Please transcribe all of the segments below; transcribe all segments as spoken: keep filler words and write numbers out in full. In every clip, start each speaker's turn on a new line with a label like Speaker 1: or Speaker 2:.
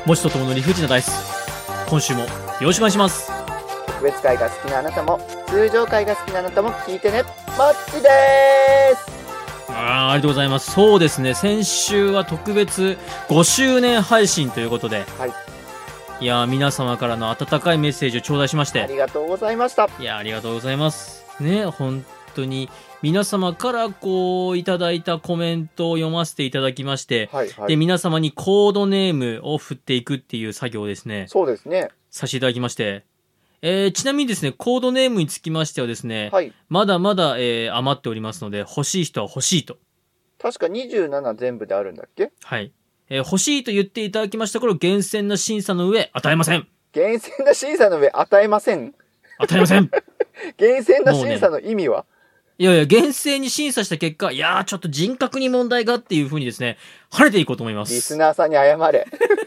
Speaker 1: もちとともの理不尽なダイス、今週もよろしくお願いします。
Speaker 2: 特別会が好きなあなたも通常会が好きなあなたも聞いてね。もっちでーす。
Speaker 1: あー、ありがとうございます。そうですね、先週は特別ごしゅうねん配信ということで、
Speaker 2: はい、
Speaker 1: いやー、皆様からの温かいメッセージを頂戴しまして、
Speaker 2: ありがとうございました。
Speaker 1: いやー、ありがとうございますね。本当に皆様からこういただいたコメントを読ませていただきまして、
Speaker 2: はいはい、
Speaker 1: で皆様にコードネームを振っていくっていう作業をですね、
Speaker 2: そうですね、
Speaker 1: させていただきまして、えー、ちなみにですね、コードネームにつきましてはですね、
Speaker 2: はい、
Speaker 1: まだまだ、えー、余っておりますので、欲しい人は欲しいと。
Speaker 2: 確かにじゅうなな全部であるんだっけ。
Speaker 1: はい、えー、欲しいと言っていただきました頃、厳選な審査の上与えません。
Speaker 2: 厳選な審査の上与えません。
Speaker 1: 与えません。
Speaker 2: 厳選な審査の意味は、
Speaker 1: いやいや、厳正に審査した結果、いやー、ちょっと人格に問題がっていう風にですね、晴れていこうと思います。
Speaker 2: リスナーさんに謝れ。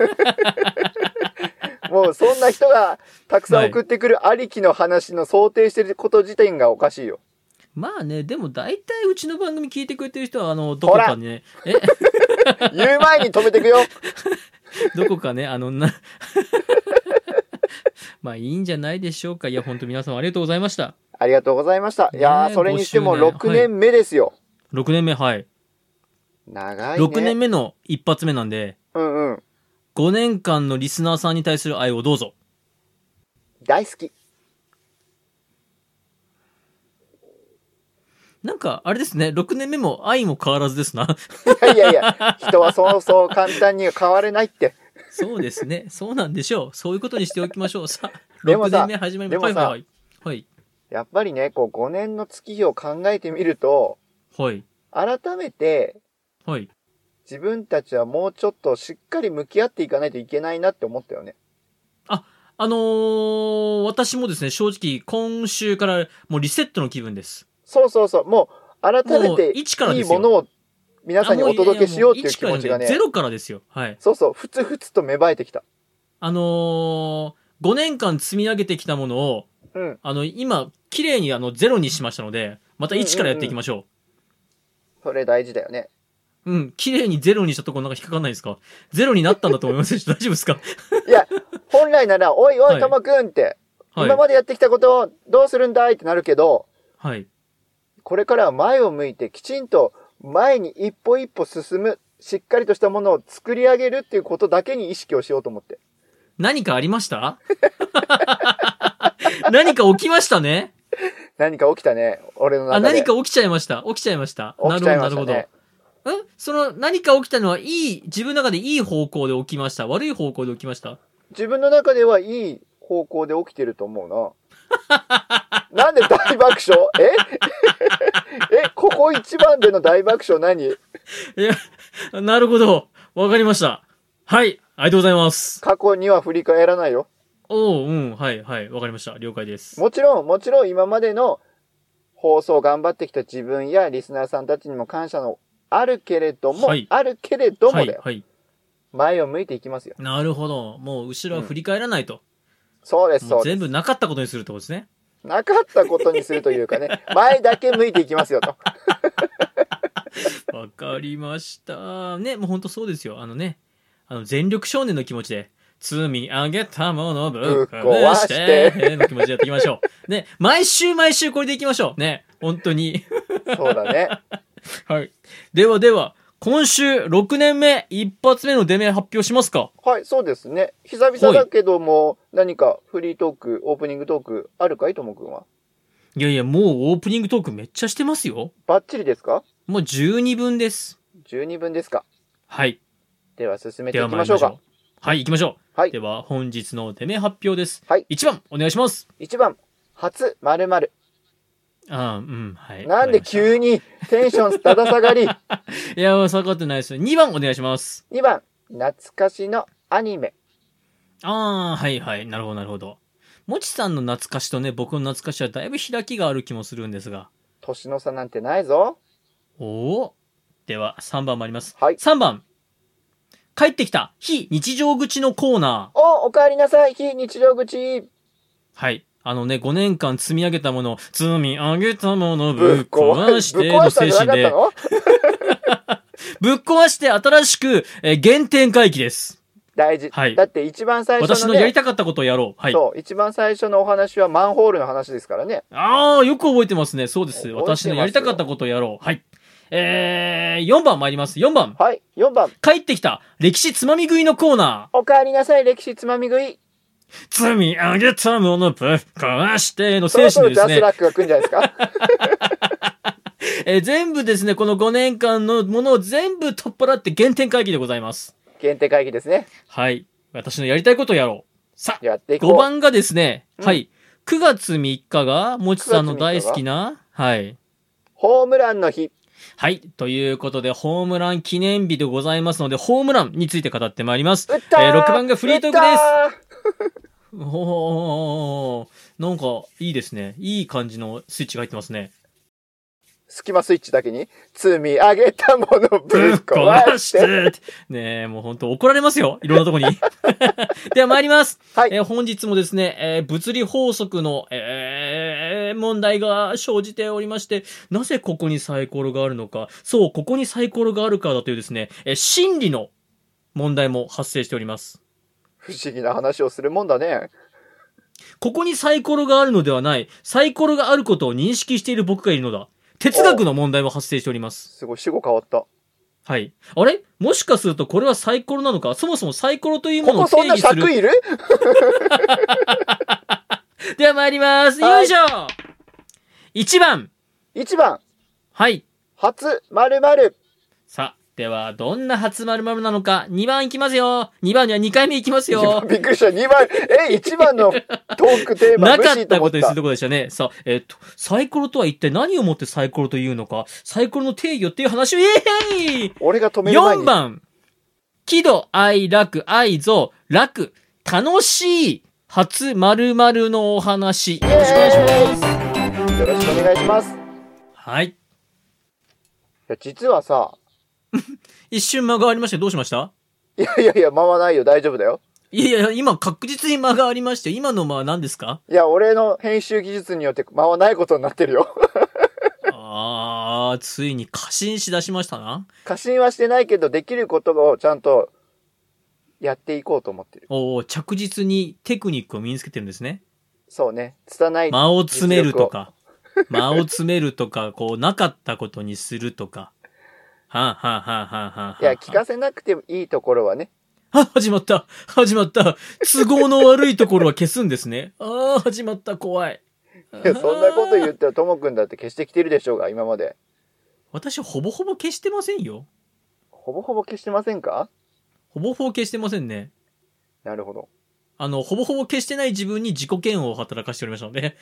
Speaker 2: もうそんな人がたくさん送ってくるありきの話の想定してること自体がおかしいよ。
Speaker 1: まあね、でも大体うちの番組聞いてくれてる人は、あの、どこかね、え
Speaker 2: 言う前に止めてくよ。
Speaker 1: どこかね、あの、な、まあいいんじゃないでしょうか。いや、本当皆様ありがとうございました。
Speaker 2: ありがとうございました。いやー、それにしてもろくねんめですよ。はい、
Speaker 1: ろくねんめ、はい。
Speaker 2: 長いね。
Speaker 1: ろくねんめの一発目なんで、
Speaker 2: うんうん。
Speaker 1: ごねんかんのリスナーさんに対する愛をどうぞ。
Speaker 2: 大好き。
Speaker 1: なんか、あれですね、ろくねんめも愛も変わらずですな。
Speaker 2: いやいやいや、人はそうそう簡単には変われないって。
Speaker 1: そうですね、そうなんでしょう。そういうことにしておきましょう。さあ、
Speaker 2: でもさ、
Speaker 1: ろくねんめ始まりました。はいはいはい。はい。
Speaker 2: やっぱりね、こうごねんの月日を考えてみると、
Speaker 1: はい。
Speaker 2: 改めて、
Speaker 1: はい。
Speaker 2: 自分たちはもうちょっとしっかり向き合っていかないといけないなって思ったよね。
Speaker 1: あ、あのー、私もですね、正直今週からもうリセットの気分です。
Speaker 2: そうそうそう。もう改めていいものを皆さんにお届けしようっていう気持ちがね。
Speaker 1: ゼロからですよ。はい。
Speaker 2: そうそう。ふつふつと芽生えてきた。
Speaker 1: あのー、ごねんかん積み上げてきたものを、
Speaker 2: うん、
Speaker 1: あの、今、綺麗にあの、ゼロにしましたので、またいちからやっていきましょう。うんうんうん、
Speaker 2: それ大事だよね。
Speaker 1: うん、綺麗にゼロにしたところなんか引っかかんないですか？ゼロになったんだと思います大丈夫ですか？
Speaker 2: いや、本来なら、おいおい、ともくんって、はい、今までやってきたことをどうするんだいってなるけど、
Speaker 1: はい。
Speaker 2: これからは前を向いてきちんと前に一歩一歩進む、しっかりとしたものを作り上げるっていうことだけに意識をしようと思って。
Speaker 1: 何かありました何か起きましたね。
Speaker 2: 何か起きたね、俺の中で。
Speaker 1: あ、何か起きちゃいました。起きちゃいました。
Speaker 2: 起きちゃいましたね。なるほど、なる
Speaker 1: ほど。んその何か起きたのはいい、自分の中でいい方向で起きました？悪い方向で起きました？
Speaker 2: 自分の中ではいい方向で起きてると思うな。なんで大爆笑？ええ、ここ一番での大爆笑何？い
Speaker 1: や、なるほど。わかりました。はい。ありがとうございます。
Speaker 2: 過去には振り返らないよ。
Speaker 1: おう、うん、はい、はい。わかりました。了解です。
Speaker 2: もちろん、もちろん今までの放送頑張ってきた自分やリスナーさんたちにも感謝のあるけれども、はい、あるけれどもだよ、はいはい。前を向いていきますよ。
Speaker 1: なるほど。もう後ろは振り返らないと。うん、
Speaker 2: そうです、そうです。
Speaker 1: 全部なかったことにするってことですね。
Speaker 2: なかったことにするというかね、前だけ向いていきますよと。
Speaker 1: わかりました。ね、もうほんとそうですよ。あのね、あの全力少年の気持ちで、積み上げたものをぶっ壊して、の気持ちでやっていきましょう。ね、毎週毎週これでいきましょう。ね、本当に。
Speaker 2: そうだね。
Speaker 1: はい。ではでは、今週ろくねんめ一発目の出目発表しますか？
Speaker 2: はい、そうですね。久々だけども、何かフリートーク、オープニングトークあるかいともくんは？
Speaker 1: いやいや、もうオープニングトークめっちゃしてますよ。
Speaker 2: バッチリですか？
Speaker 1: もうじゅうにぶんです。
Speaker 2: じゅうにぶんですか？はい。では進めていきましょうか。
Speaker 1: はい、行きましょう。
Speaker 2: はい。
Speaker 1: では本日の出目発表です。
Speaker 2: はい。
Speaker 1: いちばんお願いします。
Speaker 2: いちばん、初〇〇。
Speaker 1: ああ、うん、はい。
Speaker 2: なんで急にテンションだだ下がり。
Speaker 1: いや、下がってないですよ。にばんお願いします。
Speaker 2: にばん、懐かしのアニメ。
Speaker 1: ああ、はいはい。なるほど、なるほど。もちさんの懐かしとね、僕の懐かしはだいぶ開きがある気もするんですが。
Speaker 2: 年の差なんてないぞ。
Speaker 1: おお。では、さんばんもあります。
Speaker 2: はい。
Speaker 1: さんばん。帰ってきた、非日常口のコーナー。
Speaker 2: お、お帰りなさい、非日常口。
Speaker 1: はい。あのね、ごねんかん積み上げたもの、積み上げたものぶっ壊しての精神で。ぶっ壊して新しく、えー、原点回帰です。
Speaker 2: 大事。
Speaker 1: はい。
Speaker 2: だって一番最初の、ね、
Speaker 1: 私のやりたかったことをやろう。はい。
Speaker 2: そう。一番最初のお話はマンホールの話ですからね。
Speaker 1: ああ、よく覚えてますね。そうです。私のやりたかったことをやろう。はい。えー、よんばん参ります。よんばん。
Speaker 2: はい。よんばん。
Speaker 1: 帰ってきた歴史つまみ食いのコーナ
Speaker 2: ー。おかえりなさい、歴史つまみ食い。
Speaker 1: 積み上げたものぶっ壊しての精神でですね。
Speaker 2: そろそろジャスラックが来るんじゃないですか。
Speaker 1: えー、全部ですね、このごねんかんのものを全部取っ払って原点回帰でございます。
Speaker 2: 原点回帰ですね。
Speaker 1: はい。私のやりたいことをやろう。さあ、
Speaker 2: やっていこう。
Speaker 1: ごばんがですね、
Speaker 2: うん、
Speaker 1: はい。くがつみっかが、もちさんの大好きな、はい。
Speaker 2: ホームランの日。
Speaker 1: はい。ということで、ホームラン記念日でございますので、ホームランについて語ってまいります。
Speaker 2: 打ったー、
Speaker 1: えー、ろくばんがフリートークです。
Speaker 2: お
Speaker 1: おー、なんか、いいですね。いい感じのスイッチが入ってますね。
Speaker 2: スキマスイッチだけに積み上げたものぶっ壊して。
Speaker 1: ねえ、もう本当怒られますよ。いろんなとこに。では参ります。
Speaker 2: はい。
Speaker 1: えー、本日もですね、えー、物理法則の、えー、問題が生じておりまして、なぜここにサイコロがあるのか、そう、ここにサイコロがあるからだというですね、えー、心理の問題も発生しております。
Speaker 2: 不思議な話をするもんだね。
Speaker 1: ここにサイコロがあるのではない、サイコロがあることを認識している僕がいるのだ。哲学の問題も発生しております。
Speaker 2: すごい、主語変わった。
Speaker 1: はい。あれもしかするとこれはサイコロなのか、そもそもサイコロというものを定義する。
Speaker 2: ここそんな尺いる
Speaker 1: では参ります。はい、よいしょ !いち 番。
Speaker 2: いちばん。
Speaker 1: はい。
Speaker 2: 初〇〇。
Speaker 1: さあ、では、どんな初〇〇なのか、にばんいきますよ。にばんにはにかいめいきますよ。
Speaker 2: びっくりした。にばん、え、いちばんのトークテーマ
Speaker 1: なかったことにするところでしたね。さあ、えっと、サイコロとは一体何をもってサイコロというのか、サイコロの定義をっていう話を、イエーイ
Speaker 2: 俺が止める前に。
Speaker 1: よんばん。喜怒哀楽愛憎楽楽しい初〇〇のお話。よろしくお願いします。
Speaker 2: よろしくお願いします。
Speaker 1: はい。い
Speaker 2: や、実はさ、
Speaker 1: 一瞬間がありましてどうしました？
Speaker 2: いやいやいや、間はないよ。大丈夫だよ。
Speaker 1: いやいや、今確実に間がありまして、今の間は何ですか？
Speaker 2: いや、俺の編集技術によって間はないことになってるよ。
Speaker 1: あー、ついに過信しだしましたな。
Speaker 2: 過信はしてないけど、できることをちゃんとやっていこうと思ってる。
Speaker 1: おー、着実にテクニックを身につけてるんですね。
Speaker 2: そうね。拙い。
Speaker 1: 間を詰めるとか、間を詰めるとか、こう、なかったことにするとか。はあ、はあはあはあはあ、
Speaker 2: いや、聞かせなくてもいいところはね。
Speaker 1: あ、始まった。始まった。都合の悪いところは消すんですね。ああ、始まった。怖い。
Speaker 2: いや、そんなこと言ったらともくんだって消してきてるでしょうが、今まで。
Speaker 1: 私、ほぼほぼ消してませんよ。
Speaker 2: ほぼほぼ消してませんか？
Speaker 1: ほぼほぼ消してませんね。
Speaker 2: なるほど。
Speaker 1: あの、ほぼほぼ消してない自分に自己嫌悪を働かしておりましたので。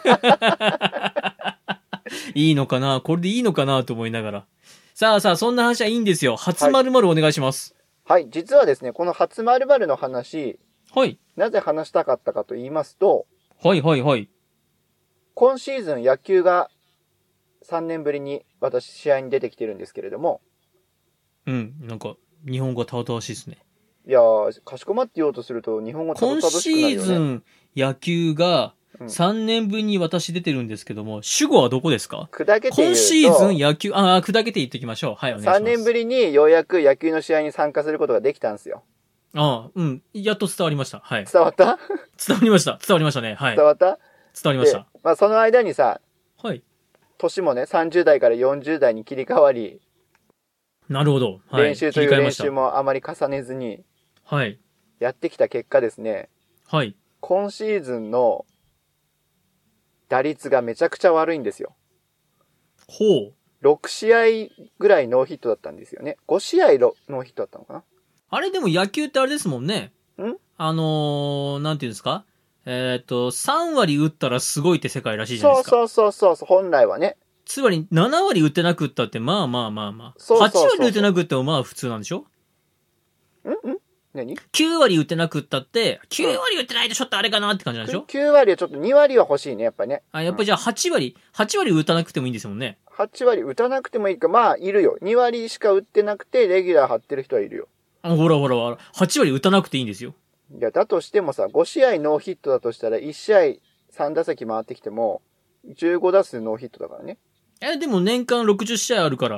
Speaker 1: いいのかな？これでいいのかなと思いながら。さあさあ、そんな話はいいんですよ。初〇〇お願いします。
Speaker 2: はい、はい、実はですね、この初〇〇の話、
Speaker 1: はい。
Speaker 2: なぜ話したかったかと言いますと、
Speaker 1: はいはいはい。
Speaker 2: 今シーズン野球がさんねんぶりに私試合に出てきてるんですけれども。
Speaker 1: うん、なんか、日本語がたどたどしいですね。
Speaker 2: いやー、かしこまって言おうとすると日本語たどたどしくなるよね。
Speaker 1: 今シーズン野球がさんねんぶりに私出てるんですけども、主語はどこですか？
Speaker 2: 砕けて言うと。
Speaker 1: 今シーズン野球、ああ、砕けて言っておきましょう。はい、お願いします。
Speaker 2: さんねんぶりにようやく野球の試合に参加することができたんですよ。
Speaker 1: ああ、うん。やっと伝わりました。はい。
Speaker 2: 伝わった？
Speaker 1: 伝わりました。伝わりましたね。はい。
Speaker 2: 伝わった？
Speaker 1: 伝わりました。
Speaker 2: まあその間にさ、
Speaker 1: はい。
Speaker 2: 年もね、さんじゅう代からよんじゅう代に切り替わり、
Speaker 1: なるほど。はい。
Speaker 2: 練習という練習もあまり重ねずに、
Speaker 1: はい。
Speaker 2: やってきた結果ですね。
Speaker 1: はい。
Speaker 2: 今シーズンの打率がめちゃくちゃ悪いんですよ。
Speaker 1: ほう。
Speaker 2: ろく試合ぐらいノーヒットだったんですよね。ご試合ノーヒットだったのかな？
Speaker 1: あれでも野球ってあれですもんね。
Speaker 2: ん？
Speaker 1: あのー、なんていうんですか？えっと、さん割打ったらすごいって世界らしいじゃないですか。
Speaker 2: そうそうそうそう、本来はね。
Speaker 1: つまりなな割打ってなくったってまあまあまあまあ。
Speaker 2: そうそうそうそう
Speaker 1: はち割打ってなくってもまあ普通なんでしょ？
Speaker 2: んん何 ?
Speaker 1: きゅう 割打ってなくったって、きゅう割打ってないとちょっとあれかなって感じなんでしょ？
Speaker 2: きゅう 割はちょっとに割は欲しいね、やっぱりね。
Speaker 1: あ、やっぱりじゃあはち割、はち割打たなくてもいいんですもんね。
Speaker 2: はち割打たなくてもいいか、まあ、いるよ。に割しか打ってなくて、レギュラー張ってる人はいるよ。
Speaker 1: あ、ほらほらほら、はち割打たなくていいんですよ。
Speaker 2: いや、だとしてもさ、ご試合ノーヒットだとしたら、いち試合さん打席回ってきても、じゅうご打数ノーヒットだからね。
Speaker 1: え、でも年間ろくじゅっ試合あるから。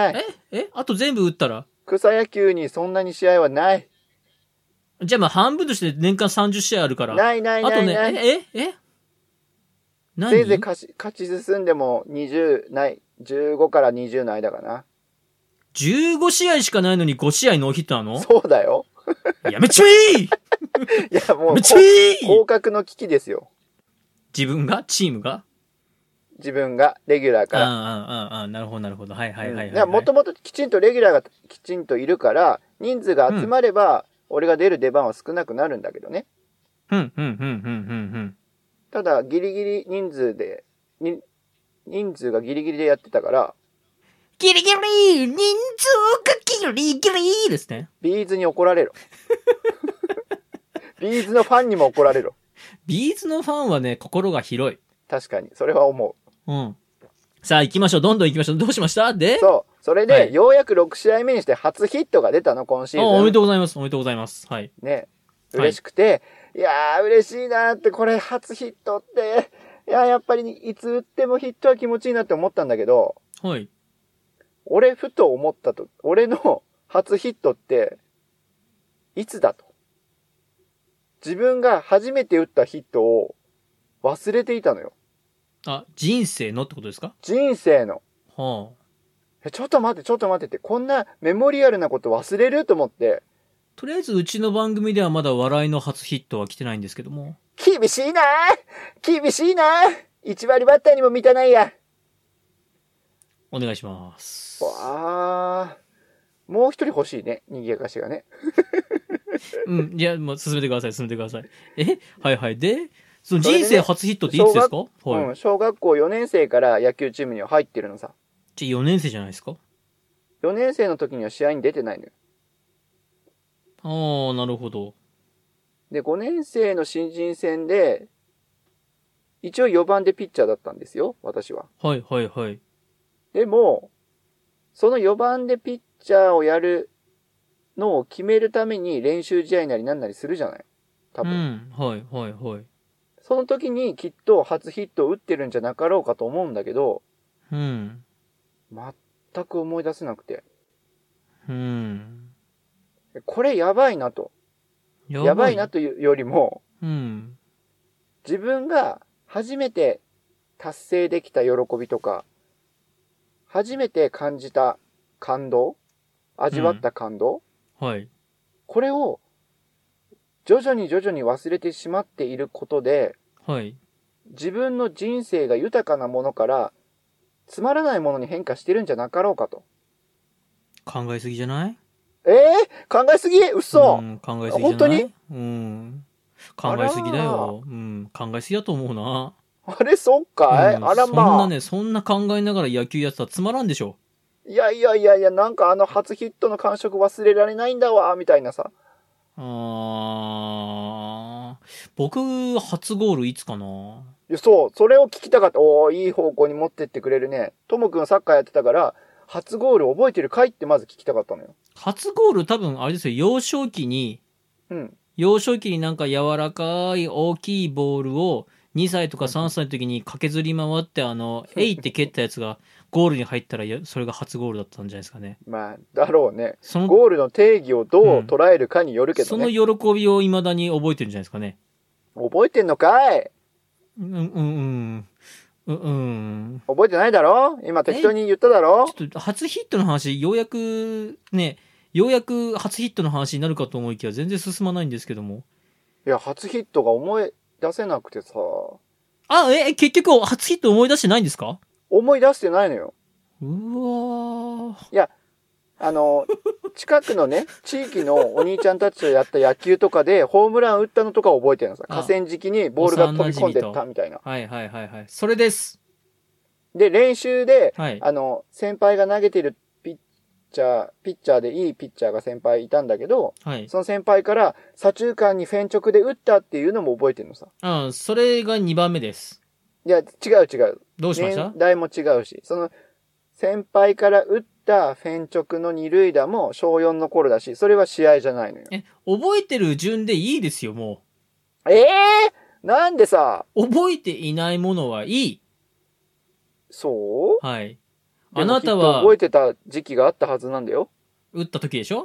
Speaker 2: ないないないない。
Speaker 1: ええあと全部打ったら？
Speaker 2: 草野球にそんなに試合はない。
Speaker 1: じゃあまあ半分として年間さんじゅっ試合あるから。
Speaker 2: ないないないない。
Speaker 1: あとね、え、え、え何
Speaker 2: せいぜい勝ち、勝ち進んでもにじゅうない、じゅうごからにじゅうの間かな。
Speaker 1: じゅうご試合しかないのにご試合ノーヒットなの？
Speaker 2: そうだよ。
Speaker 1: やめちゃいい
Speaker 2: や、もう、
Speaker 1: めちゃいい
Speaker 2: 降格の危機ですよ。
Speaker 1: 自分がチームが
Speaker 2: 自分が、レギュラーから。
Speaker 1: ああ、ああ、ああ、なるほど、なるほど。はいはいはいはい、はい。
Speaker 2: いや、もともときちんとレギュラーがきちんといるから、人数が集まれば、うん、俺が出る出番は少なくなるんだけどね。
Speaker 1: うん、うん、うん、うん、うん、うん。
Speaker 2: ただ、ギリギリ人数で、に人数がギリギリでやってたから、
Speaker 1: ギリギリ人数がギリギリですね。
Speaker 2: ビーズに怒られろ。ビーズのファンにも怒られろ。
Speaker 1: ビーズのファンはね、心が広い。
Speaker 2: 確かに、それは思
Speaker 1: う。うん。さあ行きましょう。どんどん行きましょう。どうしましたで
Speaker 2: そう。それで、はい、ようやくろく試合目にして初ヒットが出たの、今シーズン。
Speaker 1: あ、おめでとうございます。おめでとうございます。はい。
Speaker 2: ね。嬉しくて、はい、いやー、嬉しいなーって、これ初ヒットって、いやー、やっぱりいつ打ってもヒットは気持ちいいなって思ったんだけど、
Speaker 1: はい。
Speaker 2: 俺、ふと思ったと、俺の初ヒットって、いつだと。自分が初めて打ったヒットを忘れていたのよ。
Speaker 1: あ、人生のってことですか？
Speaker 2: 人生の。
Speaker 1: はあ。
Speaker 2: え、ちょっと待って、ちょっと待ってって、こんなメモリアルなこと忘れると思って。
Speaker 1: とりあえず、うちの番組ではまだ笑いの初ヒットは来てないんですけども。
Speaker 2: 厳しいなー厳しいなー !いち 割バッターにも満たないや。
Speaker 1: お願いします。
Speaker 2: わー。もう一人欲しいね、賑やかしがね。
Speaker 1: うん、いや、もう進めてください、進めてください。えはいはい。で、その人生初ヒットっていつですか？はい。
Speaker 2: うん、小学校よねん生から野球チームには入ってるのさ。
Speaker 1: じゃよねん生じゃないですか？
Speaker 2: よ 年生の時には試合に出てないのよ。
Speaker 1: ああ、なるほど。
Speaker 2: で、ごねん生の新人戦で、一応よばんでピッチャーだったんですよ、私は。
Speaker 1: はいはいはい。
Speaker 2: でも、そのよばんでピッチャーをやるのを決めるために練習試合なりなんなりするじゃない。多分。
Speaker 1: うん、はいはいはい。
Speaker 2: その時にきっと初ヒットを打ってるんじゃなかろうかと思うんだけど、
Speaker 1: うん。
Speaker 2: 全く思い出せなくて。
Speaker 1: うん。
Speaker 2: これやばいなと。やばい、やばいなというよりも、
Speaker 1: うん。
Speaker 2: 自分が初めて達成できた喜びとか、初めて感じた感動、味わった感動、
Speaker 1: うん、はい。
Speaker 2: これを徐々に徐々に忘れてしまっていることで、
Speaker 1: はい。
Speaker 2: 自分の人生が豊かなものからつまらないものに変化してるんじゃなかろうかと。
Speaker 1: 考えすぎじゃない？
Speaker 2: ええー、考えすぎ？嘘、
Speaker 1: うん、考えすぎじゃない？本当に？うん。考えすぎだよ。うん、考えすぎだと思うな。
Speaker 2: あれ、そっかい、うん、あらまあ。
Speaker 1: そんなね、そんな考えながら野球やってたらつまらんでしょ。
Speaker 2: いやいやいやいや、なんかあの初ヒットの感触忘れられないんだわ、みたいなさ。
Speaker 1: あー、僕、初ゴールいつかな？
Speaker 2: いや、そう、それを聞きたかった。おー、いい方向に持ってってくれるね。ともくんサッカーやってたから、初ゴール覚えてるかいってまず聞きたかったのよ。
Speaker 1: 初ゴール多分、あれですよ、幼少期に、うん。幼少期になんか柔らかい大きいボールをにさいとかさんさいの時に駆けずり回って、あの、えいって蹴ったやつがゴールに入ったら、それが初ゴールだったんじゃないですかね。
Speaker 2: まあ、だろうね。そのゴールの定義をどう捉えるかによるけどね。
Speaker 1: うん、その喜びを未だに覚えてるんじゃないですかね。
Speaker 2: 覚えてんのかい？
Speaker 1: うんうんうん。うんうん。
Speaker 2: 覚えてないだろ？今適当に言っただろ？
Speaker 1: ちょっと初ヒットの話、ようやくね、ようやく初ヒットの話になるかと思いきや全然進まないんですけども。
Speaker 2: いや、初ヒットが思い出せなくてさ。
Speaker 1: あ、え、結局初ヒット思い出してないんですか？
Speaker 2: 思い出してないのよ。
Speaker 1: うわー。
Speaker 2: いや、あの、近くのね、地域のお兄ちゃんたちとやった野球とかでホームラン打ったのとか覚えてるのさ。河川敷にボールが飛び込んでったみたいな。
Speaker 1: はいはいはいはい。それです。
Speaker 2: で、練習で、
Speaker 1: はい、
Speaker 2: あの、先輩が投げてるピッチャー、ピッチャーでいいピッチャーが先輩いたんだけど、はい、その先輩から左中間にフェン直で打ったっていうのも覚えてるのさ。
Speaker 1: ああ、それがにばんめです。
Speaker 2: いや、違う違う。
Speaker 1: どうしました？
Speaker 2: 年代も違うし、その、先輩から打ったフェン直の二塁打も小よんの頃だし、それは試合じゃないのよ。
Speaker 1: え、覚えてる順でいいですよ、も
Speaker 2: う。ええー、なんでさ。
Speaker 1: 覚えていないものはいい。
Speaker 2: そう？
Speaker 1: はい。あなたは。
Speaker 2: 覚えてた時期があったはずなんだよ。
Speaker 1: 打った時でしょ？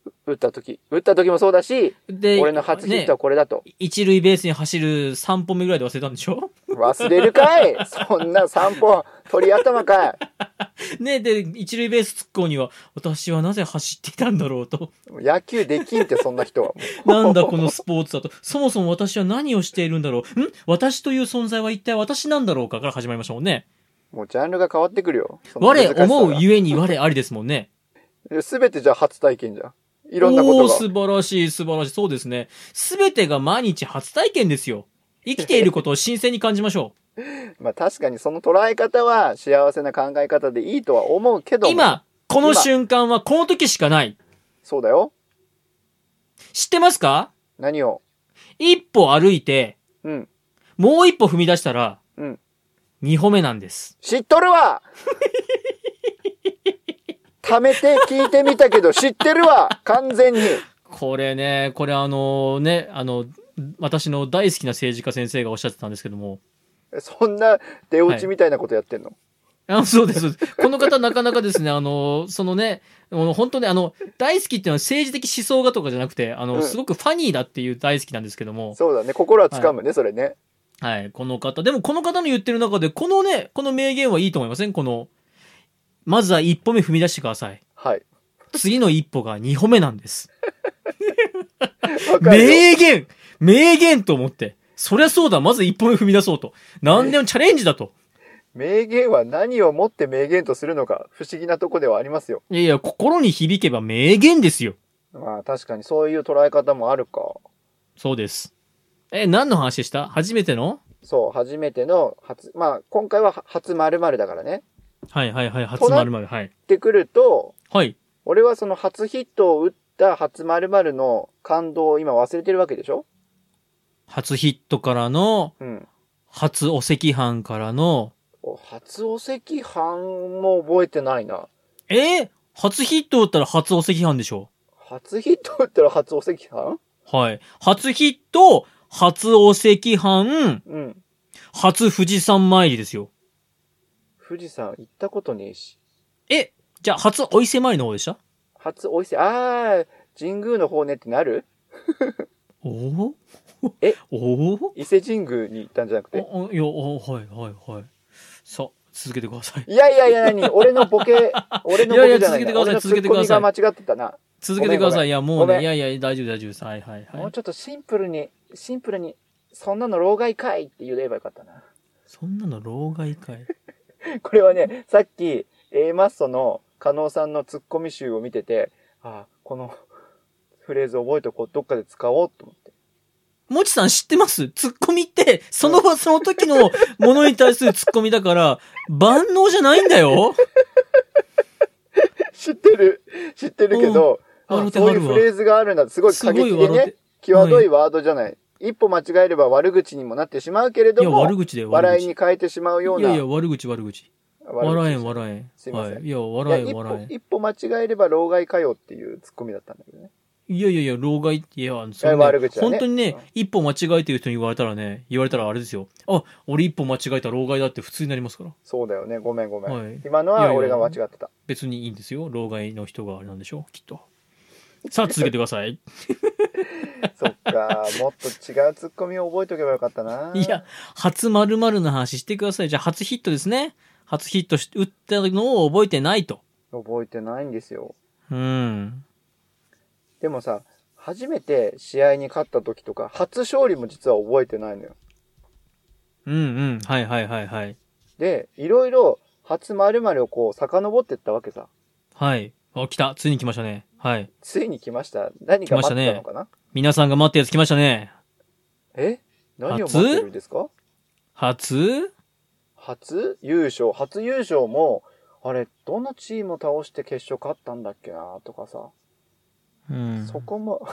Speaker 2: 打った時。打った時もそうだし、
Speaker 1: で、
Speaker 2: 俺の初ヒットはこれだと。
Speaker 1: ね、一塁ベースに走るさんぽんめぐらいで忘れたんでしょ
Speaker 2: 忘れるかいそんなさんぽん、鳥頭か
Speaker 1: いね、で、一塁ベース突っ込には、私はなぜ走っていたんだろうと。
Speaker 2: 野球できんってそんな人はも
Speaker 1: う。なんだこのスポーツだと。そもそも私は何をしているんだろう。ん私という存在は一体私なんだろうかから始まりましたもんね。
Speaker 2: もうジャンルが変わってくるよ。
Speaker 1: 我思うゆえに我ありですもんね。
Speaker 2: すべてじゃあ初体験じゃん。いろんなことが。
Speaker 1: おー、素晴らしい、素晴らしい。そうですね。すべてが毎日初体験ですよ。生きていることを新鮮に感じましょう。
Speaker 2: まあ確かにその捉え方は幸せな考え方でいいとは思うけども。
Speaker 1: 今、この瞬間はこの時しかない。
Speaker 2: そうだよ。
Speaker 1: 知ってますか？
Speaker 2: 何を？
Speaker 1: 一歩歩いて、
Speaker 2: うん。
Speaker 1: もう一歩踏み出したら、
Speaker 2: うん。
Speaker 1: 二歩目なんです。
Speaker 2: 知っとるわ貯めて聞いてみたけど知ってるわ完全に。
Speaker 1: これね、これあのね、あの、私の大好きな政治家先生がおっしゃってたんですけども。
Speaker 2: そんな出落ちみたいなことやってんの？
Speaker 1: はい、あそうです。この方なかなかですね、あの、そのね、本当にあの、大好きっていうのは政治的思想がとかじゃなくて、あの、うん、すごくファニーだっていう大好きなんですけども。
Speaker 2: そうだね。心は掴むね、はい、それね。
Speaker 1: はい、この方。でもこの方の言ってる中で、このね、この名言はいいと思いません？この、まずは一歩目踏み出してください。
Speaker 2: はい。
Speaker 1: 次の一歩が二歩目なんです。名言名言と思って。そりゃそうだ。まず一歩目踏み出そうと。何でもチャレンジだと。
Speaker 2: 名言は何をもって名言とするのか不思議なとこではありますよ。
Speaker 1: いやいや、心に響けば名言ですよ。
Speaker 2: まあ確かにそういう捉え方もあるか。
Speaker 1: そうです。え、何の話でした？初めての？
Speaker 2: そう、初めての初、まあ今回は初〇〇だからね。
Speaker 1: はいはいはい、初〇〇、はい。
Speaker 2: ってくると、
Speaker 1: はい。
Speaker 2: 俺はその初ヒットを打った初〇〇の感動を今忘れてるわけでしょ？
Speaker 1: 初ヒットからの、うん、初お赤飯からの、
Speaker 2: 初お赤飯も覚えてないな。
Speaker 1: えー、初ヒット打ったら初お赤飯でしょ？
Speaker 2: 初ヒット打ったら初お赤飯？
Speaker 1: はい。初ヒット、初お赤飯、うん。初富士山参りですよ。
Speaker 2: 富士山行ったことねえし。
Speaker 1: え、じゃあ初お伊勢参りの方でした？
Speaker 2: 初お伊勢、あー、神宮の方ねってなる？
Speaker 1: おお
Speaker 2: え
Speaker 1: おお
Speaker 2: 伊勢神宮に行ったんじゃなくて？
Speaker 1: いや、はいはいはい。さあ、続けてください。
Speaker 2: いやいやいや、何俺のボケ、俺のボケじゃないな。いやいや、続けてください、
Speaker 1: 続けてください。
Speaker 2: 俺のツッコミが間違ってたな。
Speaker 1: 続けてください。いや、もうね、いやいや、大丈夫大丈夫です。はいはいはい。
Speaker 2: もうちょっとシンプルに、シンプルに、そんなの老害かいって言えばよかったな。
Speaker 1: そんなの老害かい
Speaker 2: これはね、さっき A マッソの加納さんのツッコミ集を見てて、ああ、このフレーズ覚えておこう、どっかで使おうと思って。
Speaker 1: もちさん知ってます？ツッコミって、その場その時のものに対するツッコミだから、万能じゃないんだよ。
Speaker 2: 知ってる。知ってるけど、あそういうフレーズがあるんだ。すごい過激でね、際どいワードじゃない。はい、一歩間違えれば悪口にもなってしまうけれども、
Speaker 1: いや悪口で
Speaker 2: 笑いに変えてしまうような。
Speaker 1: いやいや、悪口悪口。笑えん笑えん。
Speaker 2: すいません。
Speaker 1: はい、いや、笑えん笑えん。
Speaker 2: 一歩間違えれば老害かよっていうツッコミだったんだけどね。
Speaker 1: いやいやいや、老害って、いや、それ、ね、悪口はね、本当にね、うん、一歩間違えてる人に言われたらね、言われたらあれですよ。あ、俺一歩間違えた老害だって普通になりますから。
Speaker 2: そうだよね。ごめんごめん。はい、今のは俺が間違ってた。いやいや
Speaker 1: 別にいいんですよ。老害の人があれなんでしょう、きっと。さあ、続けてください。
Speaker 2: そっか、もっと違うツッコミを覚えておけばよかったな。
Speaker 1: いや、初〇〇の話してください。じゃあ、初ヒットですね。初ヒットし打ったのを覚えてないと。
Speaker 2: 覚えてないんですよ。
Speaker 1: うん。
Speaker 2: でもさ、初めて試合に勝った時とか、初勝利も実は覚えてないのよ。
Speaker 1: うんうん。はいはいはいはい。
Speaker 2: で、いろいろ初〇〇をこう遡っていったわけさ。
Speaker 1: はい。あ、来た。ついに来ましたね。はい。
Speaker 2: ついに来ました。何が待ってたのかな、ね、
Speaker 1: 皆さんが待ったやつ来ましたね。
Speaker 2: え何を待ってるんですか？
Speaker 1: 初
Speaker 2: 初優勝。初優勝も、あれ、どのチームを倒して決勝勝ったんだっけなとかさ。
Speaker 1: うん、
Speaker 2: そこも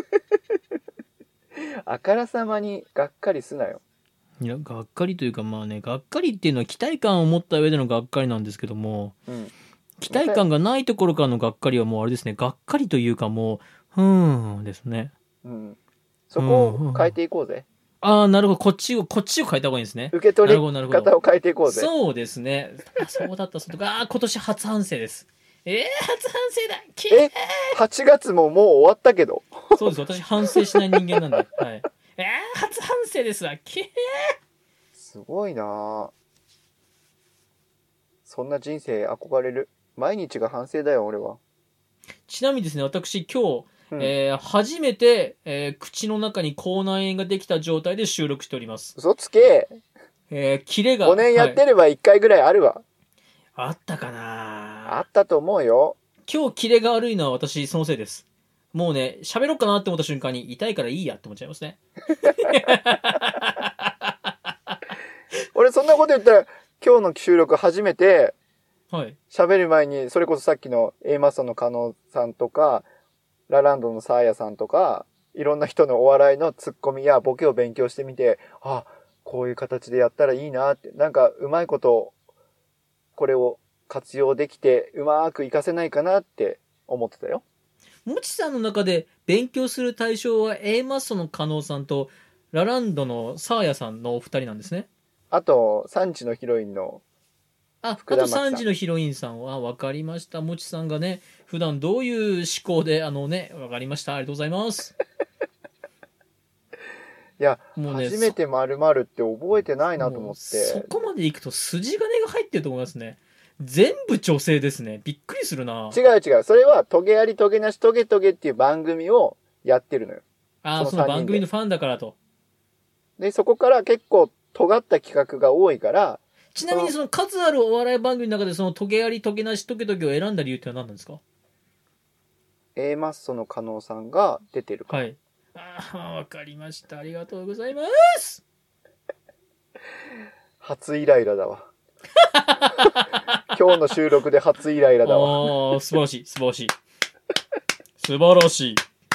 Speaker 2: あからさまにがっかりすなよ。
Speaker 1: いや、がっかりというかまあね、がっかりっていうのは期待感を持った上でのがっかりなんですけども、うん、期待感がないところからのがっかりはもうあれですね、がっかりというかもう、ふーんですね。
Speaker 2: うん。そこを変えていこうぜ。
Speaker 1: ああ、なるほど。こっちを、こっちを変えた方がいいんですね。
Speaker 2: 受け取り方を変えていこうぜ。
Speaker 1: そうですね。あ、そうだった、そうだった。ああ、今年初反省です。 えー、初反省だき
Speaker 2: えはちがつももう終わったけど。
Speaker 1: そうです、私反省しない人間なんで、はい、えー、初反省ですわき
Speaker 2: すごいなぁ。そんな人生憧れる。毎日が反省だよ俺は。
Speaker 1: ちなみにですね、私今日、
Speaker 2: うん、
Speaker 1: えー、初めて、えー、口の中に口内炎ができた状態で収録しております。
Speaker 2: 嘘つけ。
Speaker 1: えー、キレが
Speaker 2: ごねんやってればいっかいぐらいあるわ、
Speaker 1: はい、あったかな。
Speaker 2: あったと思うよ。
Speaker 1: 今日キレが悪いのは私そのせいです。もうね、喋ろうかなって思った瞬間に痛いからいいやって思っちゃいますね。
Speaker 2: 俺そんなこと言ったら今日の収録初めて
Speaker 1: はい
Speaker 2: 喋る前にそれこそさっきの A マッソの加納さんとかラランドのサーヤさんとかいろんな人のお笑いのツッコミやボケを勉強してみて、あ、こういう形でやったらいいなって、なんかうまいことこれを活用できてうまく活かせないかなって思ってたよ。
Speaker 1: もちさんの中で勉強する対象は A マッソの加納さんとラランドのサーヤさんのお二人なんですね。
Speaker 2: あとさんじのヒロインの
Speaker 1: あ、あ
Speaker 2: 福田麻貴さん
Speaker 1: とさんじのヒロインさんは分かりました。もちさんがね、普段どういう思考で、あのね、分かりました。ありがとうございます。
Speaker 2: いや、
Speaker 1: もうね、
Speaker 2: 初めて〇〇って覚えてないなと思って。
Speaker 1: そこまでいくと筋金が入ってると思いますね。全部女性ですね。びっくりするな。
Speaker 2: 違う違う。それはトゲありトゲなしトゲトゲっていう番組をやってるのよ。
Speaker 1: ああ、その番組のファンだからと。
Speaker 2: で、そこから結構尖った企画が多いから。
Speaker 1: ちなみにその数あるお笑い番組の中でそのトゲありトゲなしトゲトゲを選んだ理由ってのは何なんですか？
Speaker 2: A マッソの加納さんが出てるから。
Speaker 1: はい。ああ、わかりました。ありがとうございます。
Speaker 2: 初イライラだわ。今日の収録で初イライラだわ。
Speaker 1: ああ、素晴らしい、素晴らしい。素晴らしい。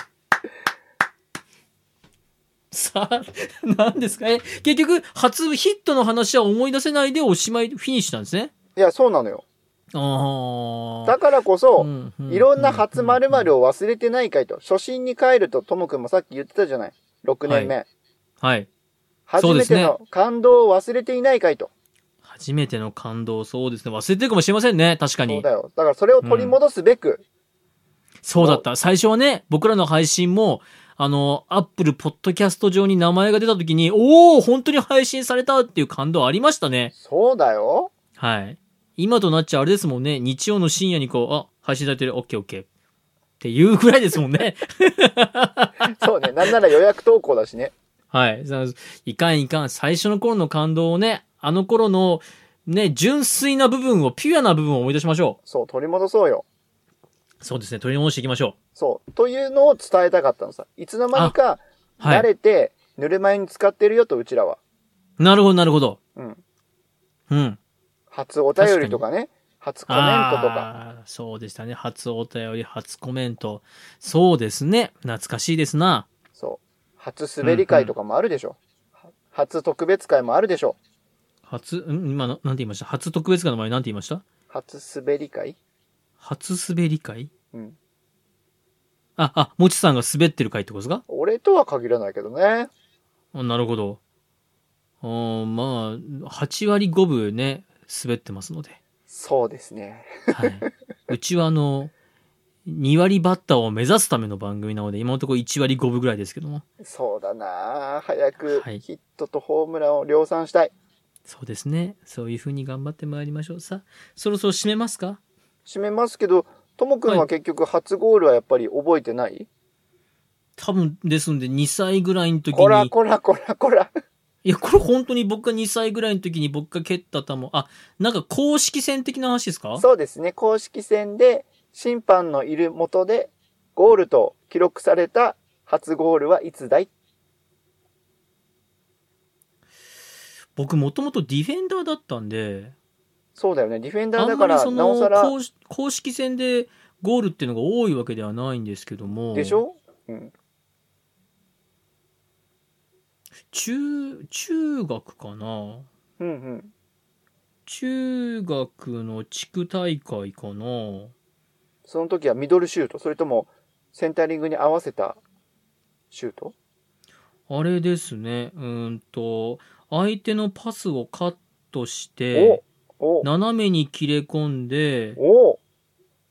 Speaker 1: さあ、何ですかね。結局、初ヒットの話は思い出せないでおしまい、フィニッシュなんですね。
Speaker 2: いや、そうなのよ。
Speaker 1: ああ。
Speaker 2: だからこそ、
Speaker 1: うんうん、
Speaker 2: いろんな初〇〇を忘れてないかいと。初心に帰ると、ともくんもさっき言ってたじゃない。ろくねんめ。
Speaker 1: はい。はい、
Speaker 2: 初めての感動を忘れていないかいと。
Speaker 1: 初めての感動、そうですね。忘れてるかもしれませんね。確かに。
Speaker 2: そうだよ。だからそれを取り戻すべく。うん、
Speaker 1: そうだった。最初はね、僕らの配信も、あの、アップルポッドキャスト上に名前が出た時に、おー、本当に配信されたっていう感動ありましたね。
Speaker 2: そうだよ。
Speaker 1: はい。今となっちゃあれですもんね。日曜の深夜にこう、あ、配信されてる、オッケーオッケー。っていうぐらいですもんね。
Speaker 2: そうね。なんなら予約投稿だしね。
Speaker 1: はい。いかんいかん。最初の頃の感動をね、あの頃の、ね、純粋な部分を、ピュアな部分を思い出しましょ
Speaker 2: う。そう、取り戻そうよ。
Speaker 1: そうですね。取り戻していきましょう。
Speaker 2: そう。というのを伝えたかったのさ。いつの間にか、慣れて、ぬるま湯に使ってるよと、うちらは。
Speaker 1: なるほど、なるほど。
Speaker 2: うん。
Speaker 1: うん。
Speaker 2: 初お便りとかね。初コメントとか。
Speaker 1: そうでしたね。初お便り、初コメント。そうですね。懐かしいですな。
Speaker 2: そう。初滑り会とかもあるでしょ。うんうん、初特別会もあるでしょ。
Speaker 1: 初、ん今、なんて言いました？初特別会の前なんて言いました？
Speaker 2: 初滑り会？
Speaker 1: 初滑り会？
Speaker 2: うん。
Speaker 1: あ、あ、もちさんが滑ってる会ってことですか？
Speaker 2: 俺とは限らないけどね。
Speaker 1: あ、なるほど。あまあ、はちわりごぶね、滑ってますので。
Speaker 2: そうですね。
Speaker 1: はい。うちはあの、にわりバッターを目指すための番組なので、今のところいちわりごぶぐらいですけども。
Speaker 2: そうだな早くヒットとホームランを量産したい。はい、
Speaker 1: そうですね。そういう風に頑張ってまいりましょう。さあ、そろそろ締めますか？
Speaker 2: 締めますけど、ともくんは結局初ゴールはやっぱり覚えてない？はい、
Speaker 1: 多分ですんでにさいぐらいの時に。
Speaker 2: こらこらこらこら。
Speaker 1: いや、これ本当に僕がにさいぐらいの時に僕が蹴った球、あ、なんか公式戦的な話ですか？
Speaker 2: そうですね。公式戦で審判のいる下でゴールと記録された初ゴールはいつだい？
Speaker 1: 僕もともとディフェンダーだったんで。
Speaker 2: そうだよね。ディフェンダーだからなおさら
Speaker 1: 公式戦でゴールっていうのが多いわけではないんですけども。
Speaker 2: でしょ？うん。
Speaker 1: 中、中学かな？うん
Speaker 2: うん。
Speaker 1: 中学の地区大会かな？
Speaker 2: その時はミドルシュート？それともセンタリングに合わせたシュート？
Speaker 1: あれですね。うんと、相手のパスをカットして、斜めに切れ込んで、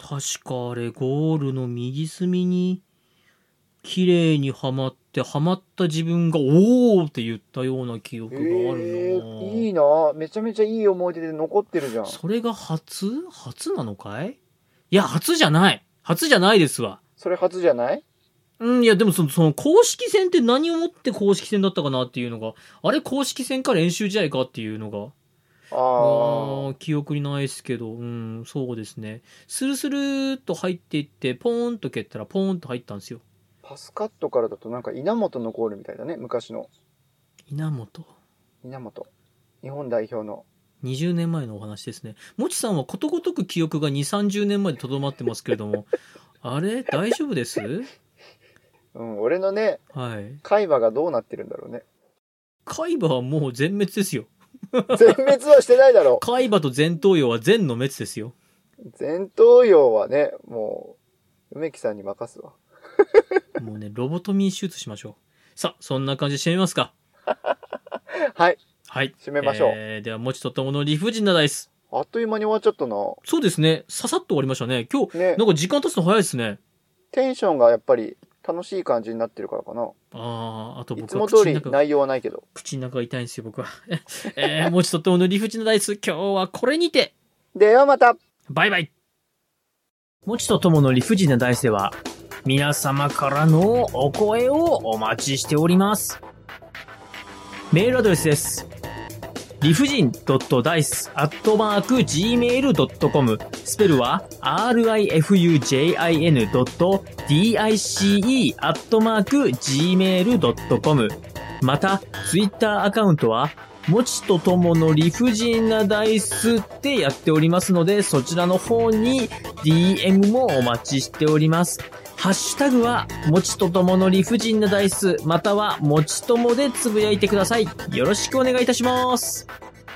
Speaker 1: 確かあれ、ゴールの右隅に、綺麗にはまって、はまった自分が、おーって言ったような記憶があるな、
Speaker 2: えー、いいな。めちゃめちゃいい思い出で残ってるじゃん。
Speaker 1: それが初初なのかい？いや、初じゃない。初じゃないですわ。
Speaker 2: それ初じゃない？
Speaker 1: うん、いや、でもその、その公式戦って何をもって公式戦だったかなっていうのが、あれ公式戦か練習試合かっていうのが、
Speaker 2: ああ。
Speaker 1: あ記憶にないですけど、うん、そうですね。スルスルーっと入っていって、ポーンと蹴ったらポーンと入ったんですよ。
Speaker 2: パスカットからだとなんか稲本のゴールみたいだね、昔の。
Speaker 1: 稲本。
Speaker 2: 稲本。日本代表の。
Speaker 1: にじゅうねんまえのお話ですね。もちさんはことごとく記憶がに、さんじゅうねんまえでとどまってますけれども、あれ大丈夫です？
Speaker 2: うん、俺のね、
Speaker 1: はい。
Speaker 2: 海馬がどうなってるんだろうね。
Speaker 1: 海馬はもう全滅ですよ。
Speaker 2: 全滅はしてないだろう。
Speaker 1: 海馬と前頭葉は全の滅ですよ。
Speaker 2: 前頭葉はね、もう、梅木さんに任すわ。
Speaker 1: もうね、ロボトミー手術しましょう。さあ、そんな感じで締めますか。
Speaker 2: はい。
Speaker 1: はい。
Speaker 2: 締めましょう。
Speaker 1: えー、では、もちとともの理不尽なダイス。
Speaker 2: あっという間に終わっちゃったな。
Speaker 1: そうですね。ささっと終わりましたね。今日、
Speaker 2: ね、
Speaker 1: なんか時間経つの早いですね。
Speaker 2: テンションがやっぱり楽しい感じになってるからかな。
Speaker 1: ああ、あと僕
Speaker 2: いつも通り内容はないけど。
Speaker 1: 口の中が痛いんですよ、僕は。えー、もちとともの理不尽なダイス。今日はこれにて。
Speaker 2: ではまた。
Speaker 1: バイバイ。もちとともの理不尽なダイスでは、皆様からのお声をお待ちしております。メールアドレスです。理不尽 .dice アットマーク ジーメール ドットコム スペルは アールアイエフユージェイアイエヌ ドット ディーアイシーイー アットマーク ジーメール ドットコム また、ツイッターアカウントはもちとともの理不尽なダイスってやっておりますので、そちらの方に ディーエム もお待ちしております。ハッシュタグは、もちとともの理不尽なダイス、または、もちともでつぶやいてください。よろしくお願いいたします。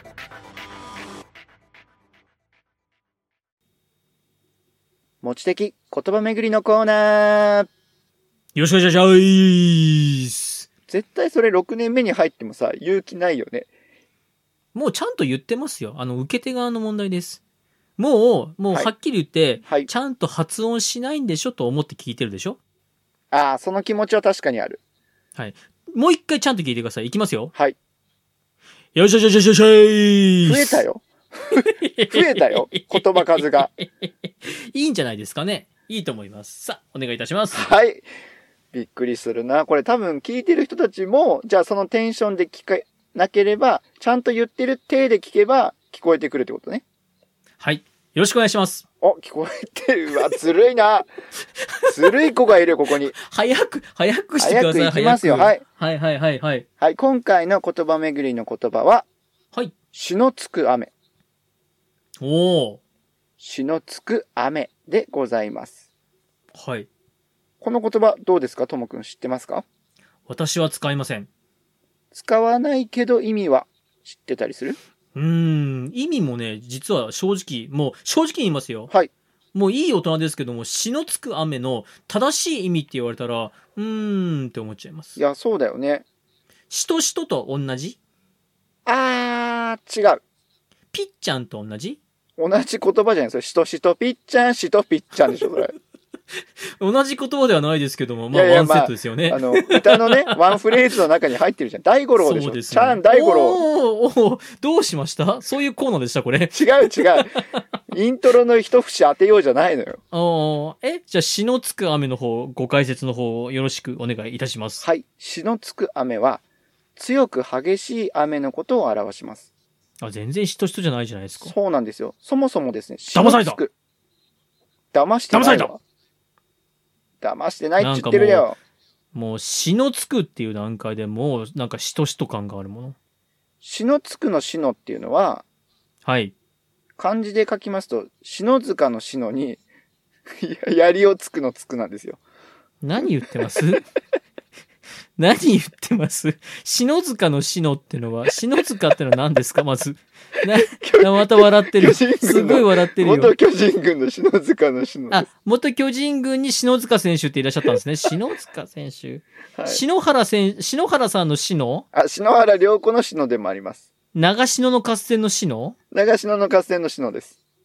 Speaker 2: もち的言葉巡りのコーナー。
Speaker 1: よろしくお願いします。
Speaker 2: 絶対それろくねんめに入ってもさ、勇気ないよね。
Speaker 1: もうちゃんと言ってますよ。あの、受け手側の問題です。もう、もうはっきり言って、はいはい、ちゃんと発音しないんでしょと思って聞いてるでしょ？
Speaker 2: ああ、その気持ちは確かにある。
Speaker 1: はい。もう一回ちゃんと聞いてください。いきますよ。
Speaker 2: はい。
Speaker 1: よしよしよしよしよし
Speaker 2: 増えたよ。増えたよ。言葉数が。
Speaker 1: いいんじゃないですかね。いいと思います。さあ、お願いいたします。
Speaker 2: はい。びっくりするな。これ多分聞いてる人たちも、じゃあそのテンションで聞かなければ、ちゃんと言ってる体で聞けば聞こえてくるってことね。
Speaker 1: はい。よろしくお願いします。
Speaker 2: お、聞こえてるわ。ずるいな。ずるい子がいるよ、ここに。
Speaker 1: 早く、早くしてください。
Speaker 2: 早く行きますよ。はい。
Speaker 1: はいはいはいはい。
Speaker 2: はい、今回の言葉巡りの言葉は、
Speaker 1: はい。
Speaker 2: 詩のつく雨。
Speaker 1: おー。
Speaker 2: 詩のつく雨でございます。
Speaker 1: はい。
Speaker 2: この言葉どうですか、ともくん知ってますか？
Speaker 1: 私は使いません。
Speaker 2: 使わないけど意味は知ってたりする？
Speaker 1: うーん、意味もね、実は正直、もう正直言いますよ。
Speaker 2: はい。
Speaker 1: もういい大人ですけども、詩のつく雨の正しい意味って言われたら、うーんって思っちゃいます。
Speaker 2: いや、そうだよね。
Speaker 1: 詩と詩とと同じ？
Speaker 2: あー、違う。
Speaker 1: ぴっちゃんと同じ？
Speaker 2: 同じ言葉じゃないですか。詩と詩とぴっちゃん、詩とぴっちゃんでしょ、それ。
Speaker 1: 同じ言葉ではないですけども、まあ、いやいやワンセットですよね。
Speaker 2: まあ、あの、歌のね、ワンフレーズの中に入ってるじゃん。大五郎でしょ。そうですね。ちゃん大五郎。
Speaker 1: おーおーどうしました？そういうコーナーでした、これ。
Speaker 2: 違う違う。イントロの一節当てようじゃないのよ。
Speaker 1: ああ、えじゃあ、詩のつく雨の方、ご解説の方、よろしくお願いいたします。
Speaker 2: はい。詩のつく雨は、強く激しい雨のことを表します。
Speaker 1: あ、全然詩と詩とじゃないじゃないですか。
Speaker 2: そうなんですよ。そもそもですね、
Speaker 1: 騙された
Speaker 2: 騙してないわ。騙された騙してないって言ってるよ。
Speaker 1: もう、もう詩のつくっていう段階でもう、なんか詩と詩と感があるもの。
Speaker 2: 詩のつくの詩のっていうのは、
Speaker 1: はい。
Speaker 2: 漢字で書きますと、篠塚の篠に、槍をつくのつくなんですよ。
Speaker 1: 何言ってます何言ってます篠塚の篠ってのは、篠塚ってのは何ですかまず。な、また笑ってる。すごい笑ってるよ。
Speaker 2: 元巨人軍の篠塚の篠です。
Speaker 1: あ、元巨人軍に篠塚選手っていらっしゃったんですね。篠塚選手。はい、篠原選、篠原さんの篠？
Speaker 2: あ、篠原涼子の篠でもあります。
Speaker 1: 長篠の合戦の篠？
Speaker 2: 長篠の合戦の篠です。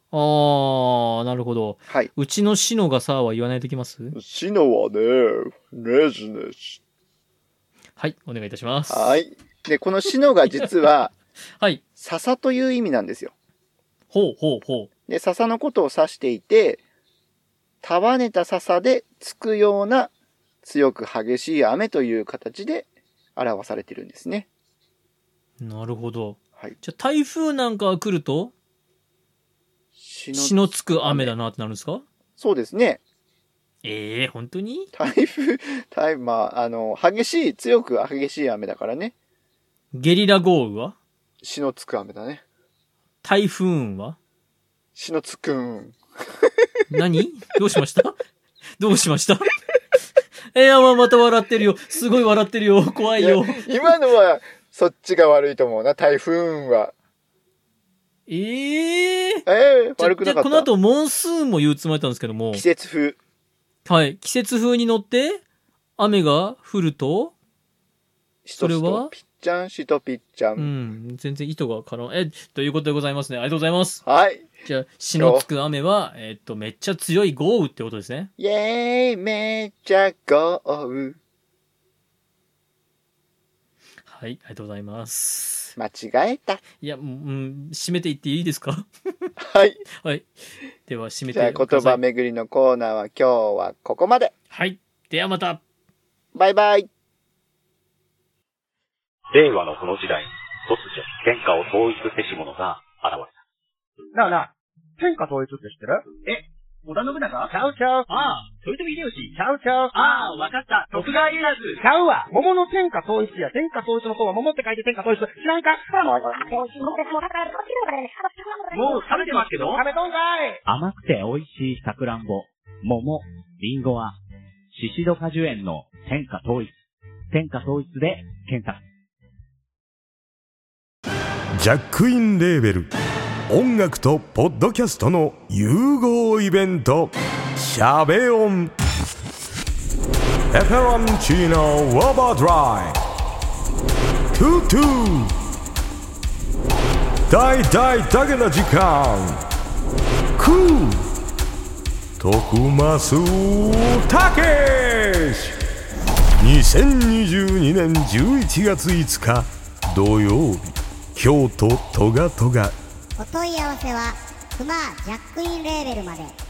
Speaker 1: あー、なるほど。
Speaker 2: はい。
Speaker 1: うちのシノがさは言わないといけます？
Speaker 2: シノはね、ネジネジ。
Speaker 1: はい、お願いいたします。
Speaker 2: はい。で、このシノが実は、
Speaker 1: はい。
Speaker 2: 笹という意味なんですよ。
Speaker 1: ほうほうほう。
Speaker 2: で、笹のことを指していて、束ねた笹でつくような強く激しい雨という形で表されているんですね。
Speaker 1: なるほど。
Speaker 2: はい。
Speaker 1: じゃあ台風なんかが来ると、血のつく雨だなってなるんですか？
Speaker 2: そうですね。
Speaker 1: ええー、本当に？
Speaker 2: 台風、台風、まあ、あの、激しい、強く激しい雨だからね。
Speaker 1: ゲリラ豪雨は？
Speaker 2: 血のつく雨だね。
Speaker 1: 台風は？
Speaker 2: 血のつくん。
Speaker 1: 何？どうしました？どうしましたえー、まあ、また笑ってるよ。すごい笑ってるよ。怖いよ。
Speaker 2: い今のは、そっちが悪いと思うな、台風は。
Speaker 1: ええー。
Speaker 2: ええー、悪くなかった。
Speaker 1: この後、モンスーンも言うつもりだったんですけども。
Speaker 2: 季節風。
Speaker 1: はい。季節風に乗って、雨が降ると、それは
Speaker 2: ぴっちゃん、しとぴっちゃん。
Speaker 1: うん。全然意図が絡む。え、ということでございますね。ありがとうございます。
Speaker 2: はい。
Speaker 1: じゃあ、血のつく雨は、えっと、めっちゃ強い豪雨ってことですね。
Speaker 2: イェーイ、めっちゃ豪雨。
Speaker 1: はい、ありがとうございます。
Speaker 2: 間違えた。
Speaker 1: いや、うん、締めていっていいですか？
Speaker 2: はい。
Speaker 1: はい。では、締めて
Speaker 2: じゃあ、言葉巡りのコーナーは今日はここまで。
Speaker 1: はい。ではまた。
Speaker 2: バイバイ。
Speaker 3: 令和のこの時代、突如、天下を統一せし者が現れた。
Speaker 4: なあなあ、天下統一って知ってる？
Speaker 3: え、織田信長？
Speaker 4: ちゃうちゃう。
Speaker 3: ああ、豊臣秀吉。
Speaker 4: ちゃうちゃう。
Speaker 3: ああ、わかった。徳川家康。
Speaker 4: ちゃうわ。桃の天下統一や。天下統一の方は桃って書いて天下統一。知らんか？
Speaker 3: もう食べてますけど。
Speaker 4: 食べとんかい。
Speaker 5: 甘くて美味しいさくらんぼ、桃、りんごは、シシド果樹園の天下統一。天下統一で検索。
Speaker 6: ジャックインレーベル音楽とポッドキャストの融合イベントシャベオンペペロンチーノウォーバードライトゥトゥ大大だけな時間クー徳増たけしにせんにじゅうにねんじゅういちがついつか土曜日京都トガトガ
Speaker 7: お問い合わせはクマジャックインレーベルまで。